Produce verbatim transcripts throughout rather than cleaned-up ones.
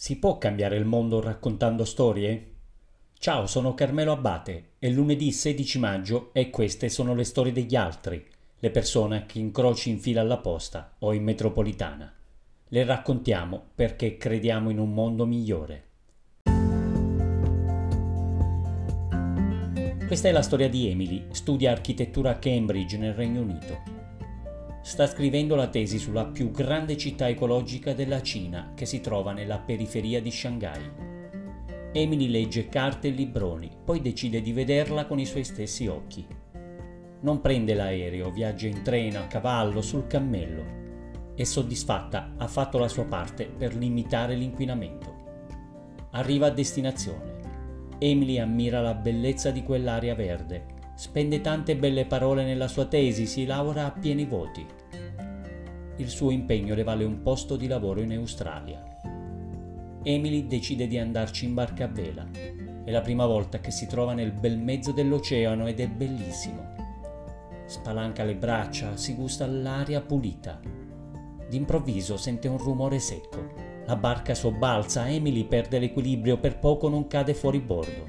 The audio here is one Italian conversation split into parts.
Si può cambiare il mondo raccontando storie? Ciao, sono Carmelo Abate, è lunedì sedici maggio e queste sono le storie degli altri, le persone che incroci in fila alla posta o in metropolitana. Le raccontiamo perché crediamo in un mondo migliore. Questa è la storia di Emily, studia architettura a Cambridge nel Regno Unito. Sta scrivendo la tesi sulla più grande città ecologica della Cina che si trova nella periferia di Shanghai. Emily legge carte e libroni, poi decide di vederla con i suoi stessi occhi. Non prende l'aereo, viaggia in treno, a cavallo, sul cammello. È soddisfatta, ha fatto la sua parte per limitare l'inquinamento. Arriva a destinazione. Emily ammira la bellezza di quell'area verde. Spende tante belle parole nella sua tesi, si laurea a pieni voti. Il suo impegno le vale un posto di lavoro in Australia. Emily decide di andarci in barca a vela. È la prima volta che si trova nel bel mezzo dell'oceano ed è bellissimo. Spalanca le braccia, si gusta l'aria pulita. D'improvviso sente un rumore secco. La barca sobbalza, Emily perde l'equilibrio, per poco non cade fuori bordo.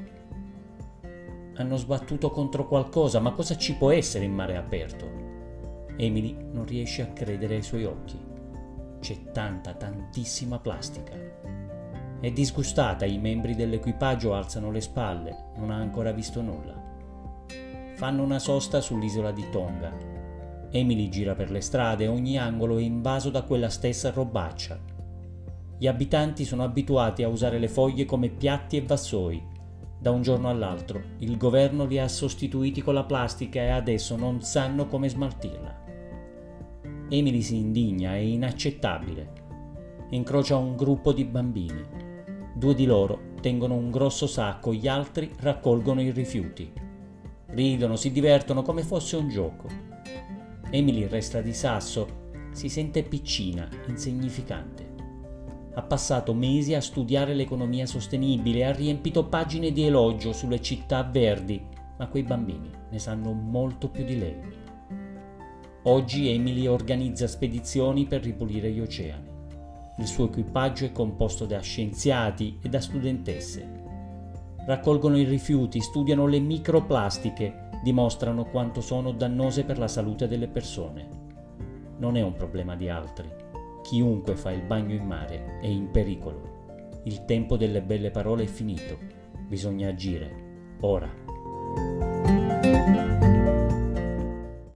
Hanno sbattuto contro qualcosa, ma cosa ci può essere in mare aperto? Emily non riesce a credere ai suoi occhi. C'è tanta, tantissima plastica. È disgustata, i membri dell'equipaggio alzano le spalle, non ha ancora visto nulla. Fanno una sosta sull'isola di Tonga. Emily gira per le strade, ogni angolo è invaso da quella stessa robaccia. Gli abitanti sono abituati a usare le foglie come piatti e vassoi. Da un giorno all'altro il governo li ha sostituiti con la plastica e adesso non sanno come smaltirla. Emily si indigna, è inaccettabile. Incrocia un gruppo di bambini. Due di loro tengono un grosso sacco, gli altri raccolgono i rifiuti. Ridono, si divertono come fosse un gioco. Emily resta di sasso, si sente piccina, insignificante. Ha passato mesi a studiare l'economia sostenibile, ha riempito pagine di elogio sulle città verdi, ma quei bambini ne sanno molto più di lei. Oggi Emily organizza spedizioni per ripulire gli oceani. Il suo equipaggio è composto da scienziati e da studentesse. Raccolgono i rifiuti, studiano le microplastiche, dimostrano quanto sono dannose per la salute delle persone. Non è un problema di altri. Chiunque fa il bagno in mare è in pericolo. Il tempo delle belle parole è finito. Bisogna agire. Ora.